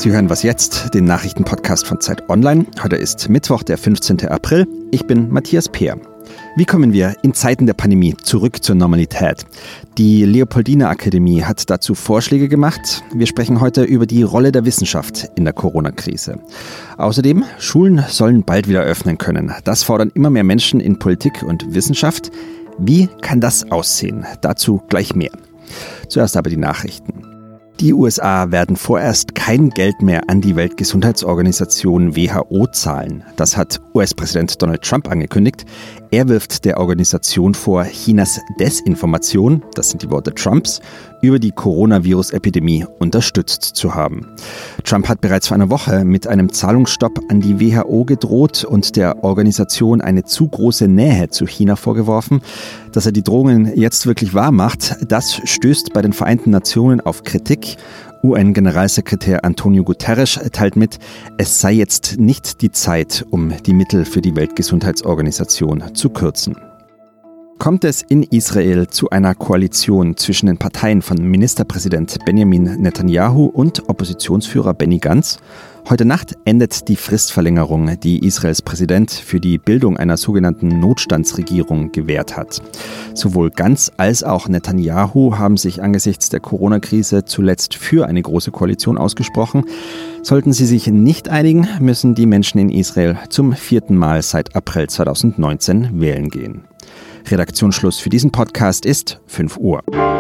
Sie hören Was jetzt?, den Nachrichtenpodcast von Zeit Online. Heute ist Mittwoch, der 15. April. Ich bin Matthias Peer. Wie kommen wir in Zeiten der Pandemie zurück zur Normalität? Die Leopoldina-Akademie hat dazu Vorschläge gemacht. Wir sprechen heute über die Rolle der Wissenschaft in der Corona-Krise. Außerdem, Schulen sollen bald wieder öffnen können. Das fordern immer mehr Menschen in Politik und Wissenschaft. Wie kann das aussehen? Dazu gleich mehr. Zuerst aber die Nachrichten. Die USA werden vorerst kein Geld mehr an die Weltgesundheitsorganisation WHO zahlen. Das hat US-Präsident Donald Trump angekündigt. Er wirft der Organisation vor, Chinas Desinformation, das sind die Worte Trumps, über die Coronavirus-Epidemie unterstützt zu haben. Trump hat bereits vor einer Woche mit einem Zahlungsstopp an die WHO gedroht und der Organisation eine zu große Nähe zu China vorgeworfen. Dass er die Drohungen jetzt wirklich wahr macht, das stößt bei den Vereinten Nationen auf Kritik. UN-Generalsekretär Antonio Guterres teilt mit, es sei jetzt nicht die Zeit, um die Mittel für die Weltgesundheitsorganisation zu kürzen. Kommt es in Israel zu einer Koalition zwischen den Parteien von Ministerpräsident Benjamin Netanyahu und Oppositionsführer Benny Gantz? Heute Nacht endet die Fristverlängerung, die Israels Präsident für die Bildung einer sogenannten Notstandsregierung gewährt hat. Sowohl Gantz als auch Netanyahu haben sich angesichts der Corona-Krise zuletzt für eine große Koalition ausgesprochen. Sollten sie sich nicht einigen, müssen die Menschen in Israel zum 4. Mal seit April 2019 wählen gehen. Redaktionsschluss für diesen Podcast ist 5 Uhr.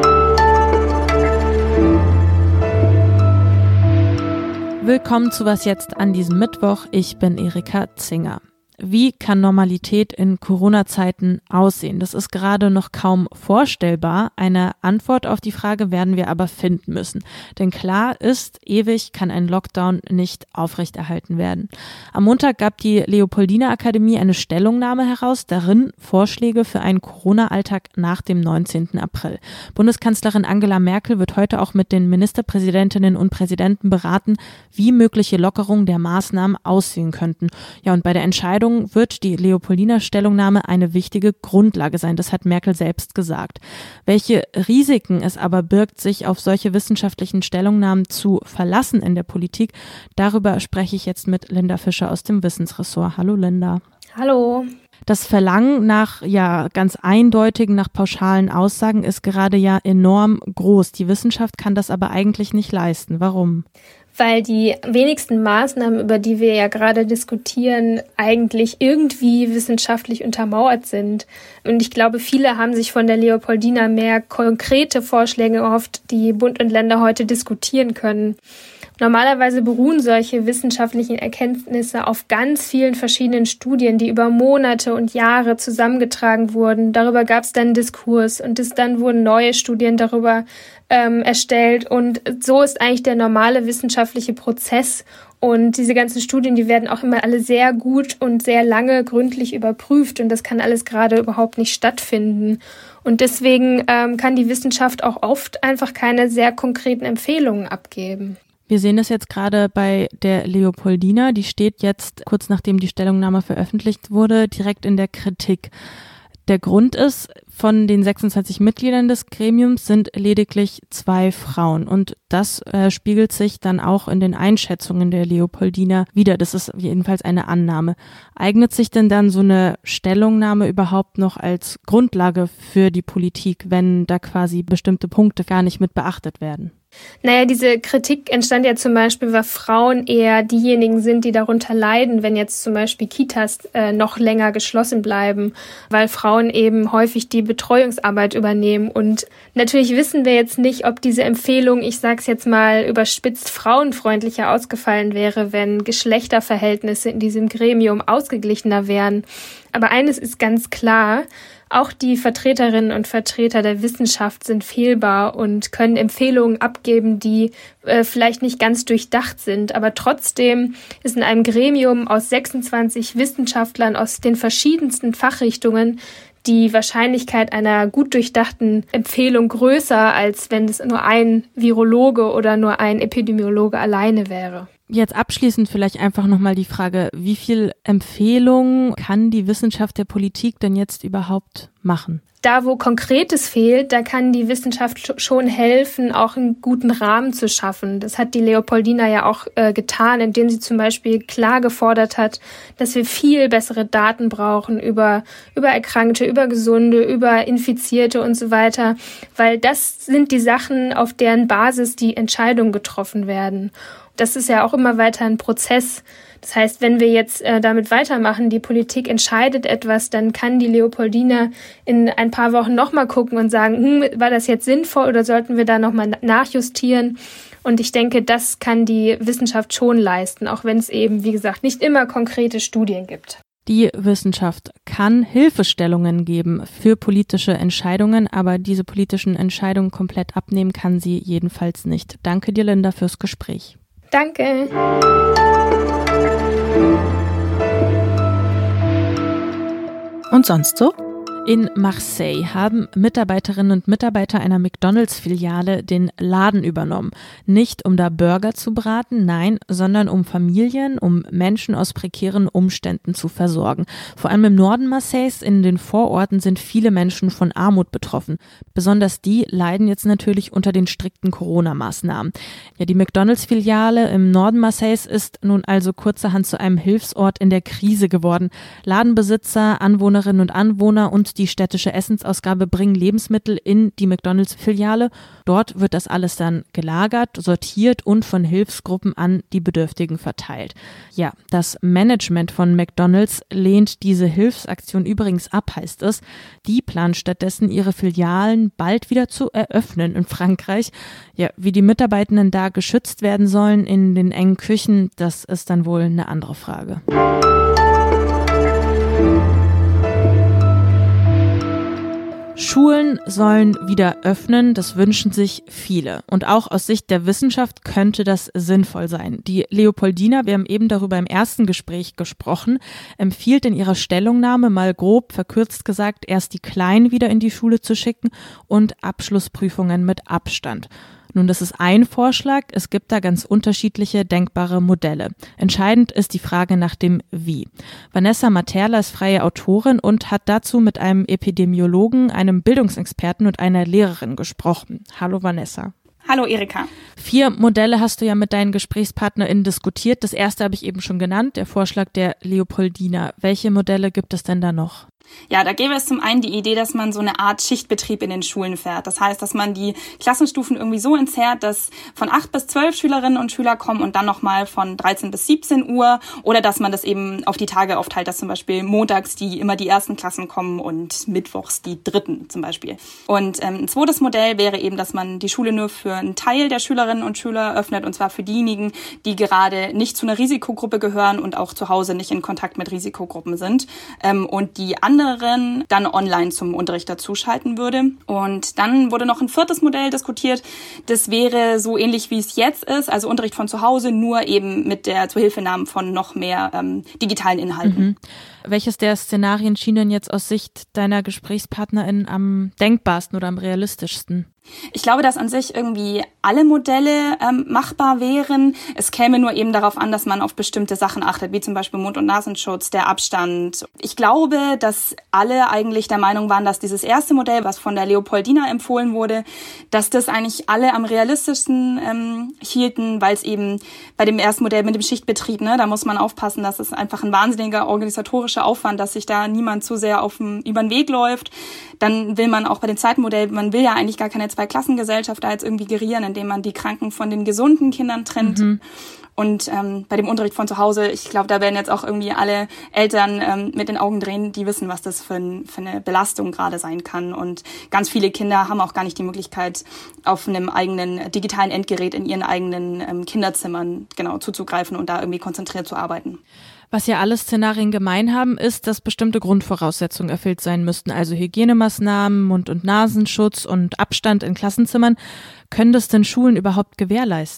Willkommen zu Was jetzt an diesem Mittwoch. Ich bin Erika Zinger. Wie kann Normalität in Corona-Zeiten aussehen? Das ist gerade noch kaum vorstellbar. Eine Antwort auf die Frage werden wir aber finden müssen. Denn klar ist, ewig kann ein Lockdown nicht aufrechterhalten werden. Am Montag gab die Leopoldina-Akademie eine Stellungnahme heraus, darin Vorschläge für einen Corona-Alltag nach dem 19. April. Bundeskanzlerin Angela Merkel wird heute auch mit den Ministerpräsidentinnen und Präsidenten beraten, wie mögliche Lockerungen der Maßnahmen aussehen könnten. Ja, und bei der Entscheidung wird die Leopoldina-Stellungnahme eine wichtige Grundlage sein. Das hat Merkel selbst gesagt. Welche Risiken es aber birgt, sich auf solche wissenschaftlichen Stellungnahmen zu verlassen in der Politik, darüber spreche ich jetzt mit Linda Fischer aus dem Wissensressort. Hallo Linda. Hallo. Das Verlangen nach ganz eindeutigen, nach pauschalen Aussagen ist gerade enorm groß. Die Wissenschaft kann das aber eigentlich nicht leisten. Warum? Weil die wenigsten Maßnahmen, über die wir ja gerade diskutieren, eigentlich irgendwie wissenschaftlich untermauert sind. Und ich glaube, viele haben sich von der Leopoldina mehr konkrete Vorschläge erhofft, die Bund und Länder heute diskutieren können. Normalerweise beruhen solche wissenschaftlichen Erkenntnisse auf ganz vielen verschiedenen Studien, die über Monate und Jahre zusammengetragen wurden. Darüber gab es dann einen Diskurs und dann wurden neue Studien darüber erstellt. Und so ist eigentlich der normale wissenschaftliche Prozess. Und diese ganzen Studien, die werden auch immer alle sehr gut und sehr lange gründlich überprüft. Und das kann alles gerade überhaupt nicht stattfinden. Und deswegen kann die Wissenschaft auch oft einfach keine sehr konkreten Empfehlungen abgeben. Wir sehen das jetzt gerade bei der Leopoldina, die steht jetzt, kurz nachdem die Stellungnahme veröffentlicht wurde, direkt in der Kritik. Der Grund ist, von den 26 Mitgliedern des Gremiums sind lediglich 2 Frauen und das spiegelt sich dann auch in den Einschätzungen der Leopoldina wider. Das ist jedenfalls eine Annahme. Eignet sich denn dann so eine Stellungnahme überhaupt noch als Grundlage für die Politik, wenn da quasi bestimmte Punkte gar nicht mit beachtet werden? Naja, diese Kritik entstand ja zum Beispiel, weil Frauen eher diejenigen sind, die darunter leiden, wenn jetzt zum Beispiel Kitas noch länger geschlossen bleiben, weil Frauen eben häufig die Betreuungsarbeit übernehmen. Und natürlich wissen wir jetzt nicht, ob diese Empfehlung, ich sag's jetzt mal überspitzt, frauenfreundlicher ausgefallen wäre, wenn Geschlechterverhältnisse in diesem Gremium ausgeglichener wären. Aber eines ist ganz klar: Auch die Vertreterinnen und Vertreter der Wissenschaft sind fehlbar und können Empfehlungen abgeben, die vielleicht nicht ganz durchdacht sind. Aber trotzdem ist in einem Gremium aus 26 Wissenschaftlern aus den verschiedensten Fachrichtungen die Wahrscheinlichkeit einer gut durchdachten Empfehlung größer, als wenn es nur ein Virologe oder nur ein Epidemiologe alleine wäre. Jetzt abschließend vielleicht einfach nochmal die Frage, wie viel Empfehlungen kann die Wissenschaft der Politik denn jetzt überhaupt machen? da, wo Konkretes fehlt, da kann die Wissenschaft schon helfen, auch einen guten Rahmen zu schaffen. Das hat die Leopoldina ja auch getan, indem sie zum Beispiel klar gefordert hat, dass wir viel bessere Daten brauchen über Erkrankte, über Gesunde, über Infizierte und so weiter, weil das sind die Sachen, auf deren Basis die Entscheidungen getroffen werden. Das ist ja auch immer weiter ein Prozess. Das heißt, wenn wir jetzt damit weitermachen, die Politik entscheidet etwas, dann kann die Leopoldina in ein paar Wochen nochmal gucken und sagen, war das jetzt sinnvoll oder sollten wir da nochmal nachjustieren? Und ich denke, das kann die Wissenschaft schon leisten, auch wenn es eben, wie gesagt, nicht immer konkrete Studien gibt. Die Wissenschaft kann Hilfestellungen geben für politische Entscheidungen, aber diese politischen Entscheidungen komplett abnehmen kann sie jedenfalls nicht. Danke dir, Linda, fürs Gespräch. Danke. Und sonst so? In Marseille haben Mitarbeiterinnen und Mitarbeiter einer McDonalds-Filiale den Laden übernommen. Nicht um da Burger zu braten, nein, sondern um Familien, um Menschen aus prekären Umständen zu versorgen. Vor allem im Norden Marseilles, in den Vororten, sind viele Menschen von Armut betroffen. Besonders die leiden jetzt natürlich unter den strikten Corona-Maßnahmen. Ja, die McDonalds-Filiale im Norden Marseilles ist nun also kurzerhand zu einem Hilfsort in der Krise geworden. Ladenbesitzer, Anwohnerinnen und Anwohner und die städtische Essensausgabe bringen Lebensmittel in die McDonalds-Filiale. Dort wird das alles dann gelagert, sortiert und von Hilfsgruppen an die Bedürftigen verteilt. Ja, das Management von McDonalds lehnt diese Hilfsaktion übrigens ab, heißt es. Die planen stattdessen, ihre Filialen bald wieder zu eröffnen in Frankreich. Ja, wie die Mitarbeitenden da geschützt werden sollen in den engen Küchen, das ist dann wohl eine andere Frage. Schulen sollen wieder öffnen, das wünschen sich viele. Und auch aus Sicht der Wissenschaft könnte das sinnvoll sein. Die Leopoldina, wir haben eben darüber im ersten Gespräch gesprochen, empfiehlt in ihrer Stellungnahme mal grob verkürzt gesagt, erst die Kleinen wieder in die Schule zu schicken und Abschlussprüfungen mit Abstand. Nun, das ist ein Vorschlag. Es gibt da ganz unterschiedliche denkbare Modelle. Entscheidend ist die Frage nach dem Wie. Vanessa Materla ist freie Autorin und hat dazu mit einem Epidemiologen, einem Bildungsexperten und einer Lehrerin gesprochen. Hallo Vanessa. Hallo Erika. 4 Modelle hast du ja mit deinen GesprächspartnerInnen diskutiert. Das erste habe ich eben schon genannt, der Vorschlag der Leopoldina. Welche Modelle gibt es denn da noch? Ja, da gäbe es zum einen die Idee, dass man so eine Art Schichtbetrieb in den Schulen fährt. Das heißt, dass man die Klassenstufen irgendwie so entzerrt, dass von 8 bis 12 Schülerinnen und Schüler kommen und dann nochmal von 13 bis 17 Uhr. Oder dass man das eben auf die Tage aufteilt, dass zum Beispiel montags immer die ersten Klassen kommen und mittwochs die dritten zum Beispiel. Und ein zweites Modell wäre eben, dass man die Schule nur für einen Teil der Schülerinnen und Schüler öffnet. Und zwar für diejenigen, die gerade nicht zu einer Risikogruppe gehören und auch zu Hause nicht in Kontakt mit Risikogruppen sind. Und die anderen dann online zum Unterricht dazuschalten würde. Und dann wurde noch ein 4. Modell diskutiert. Das wäre so ähnlich, wie es jetzt ist, also Unterricht von zu Hause, nur eben mit der Zuhilfenahme von noch mehr digitalen Inhalten. Mhm. Welches der Szenarien schien denn jetzt aus Sicht deiner GesprächspartnerInnen am denkbarsten oder am realistischsten? Ich glaube, dass an sich irgendwie alle Modelle machbar wären. Es käme nur eben darauf an, dass man auf bestimmte Sachen achtet, wie zum Beispiel Mund- und Nasenschutz, der Abstand. Ich glaube, dass alle eigentlich der Meinung waren, dass dieses erste Modell, was von der Leopoldina empfohlen wurde, dass das eigentlich alle am realistischsten hielten, weil es eben bei dem ersten Modell mit dem Schichtbetrieb, da muss man aufpassen, dass es einfach ein wahnsinniger organisatorischer Aufwand, dass sich da niemand zu sehr über den Weg läuft. Dann will man auch bei dem zweiten Modell, man will ja eigentlich gar keine Zwei-Klassengesellschaft da jetzt irgendwie gerieren, indem man die kranken von den gesunden Kindern trennt. Mhm. Und bei dem Unterricht von zu Hause, ich glaube, da werden jetzt auch irgendwie alle Eltern mit den Augen drehen, die wissen, was das für eine Belastung gerade sein kann. Und ganz viele Kinder haben auch gar nicht die Möglichkeit, auf einem eigenen digitalen Endgerät in ihren eigenen Kinderzimmern zuzugreifen und da irgendwie konzentriert zu arbeiten. Was ja alle Szenarien gemein haben, ist, dass bestimmte Grundvoraussetzungen erfüllt sein müssten, also Hygienemaßnahmen, Mund- und Nasenschutz und Abstand in Klassenzimmern. Können das denn Schulen überhaupt gewährleisten?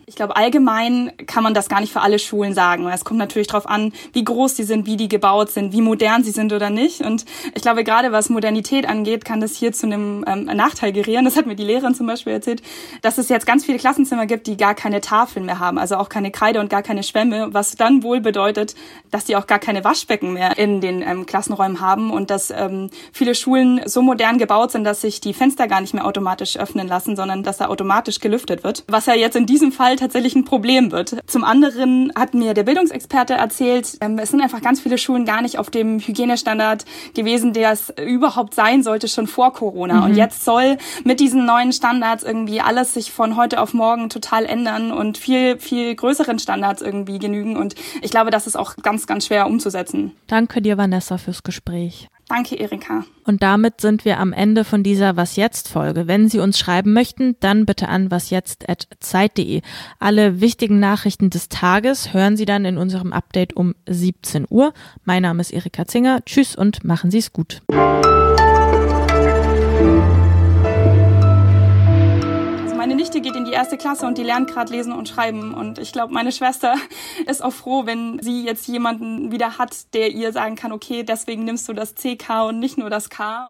Ich glaube, allgemein kann man das gar nicht für alle Schulen sagen. Es kommt natürlich darauf an, wie groß die sind, wie die gebaut sind, wie modern sie sind oder nicht. Und ich glaube, gerade was Modernität angeht, kann das hier zu einem Nachteil gerieren. Das hat mir die Lehrerin zum Beispiel erzählt, dass es jetzt ganz viele Klassenzimmer gibt, die gar keine Tafeln mehr haben, also auch keine Kreide und gar keine Schwämme, was dann wohl bedeutet, dass die auch gar keine Waschbecken mehr in den Klassenräumen haben und dass viele Schulen so modern gebaut sind, dass sich die Fenster gar nicht mehr automatisch öffnen lassen, sondern dass da automatisch gelüftet wird, was ja jetzt in diesem Fall tatsächlich ein Problem wird. Zum anderen hat mir der Bildungsexperte erzählt, es sind einfach ganz viele Schulen gar nicht auf dem Hygienestandard gewesen, der es überhaupt sein sollte, schon vor Corona. Und jetzt soll mit diesen neuen Standards irgendwie alles sich von heute auf morgen total ändern und viel, viel größeren Standards irgendwie genügen. Und ich glaube, das ist auch ganz, ganz schwer umzusetzen. Danke dir, Vanessa, fürs Gespräch. Danke, Erika. Und damit sind wir am Ende von dieser Was jetzt Folge. Wenn Sie uns schreiben möchten, dann bitte an wasjetzt@zeit.de. Alle wichtigen Nachrichten des Tages hören Sie dann in unserem Update um 17 Uhr. Mein Name ist Erika Zinger. Tschüss und machen Sie es gut. Meine Nichte geht in die 1. Klasse und die lernt gerade lesen und schreiben. Und ich glaube, meine Schwester ist auch froh, wenn sie jetzt jemanden wieder hat, der ihr sagen kann, okay, deswegen nimmst du das CK und nicht nur das K.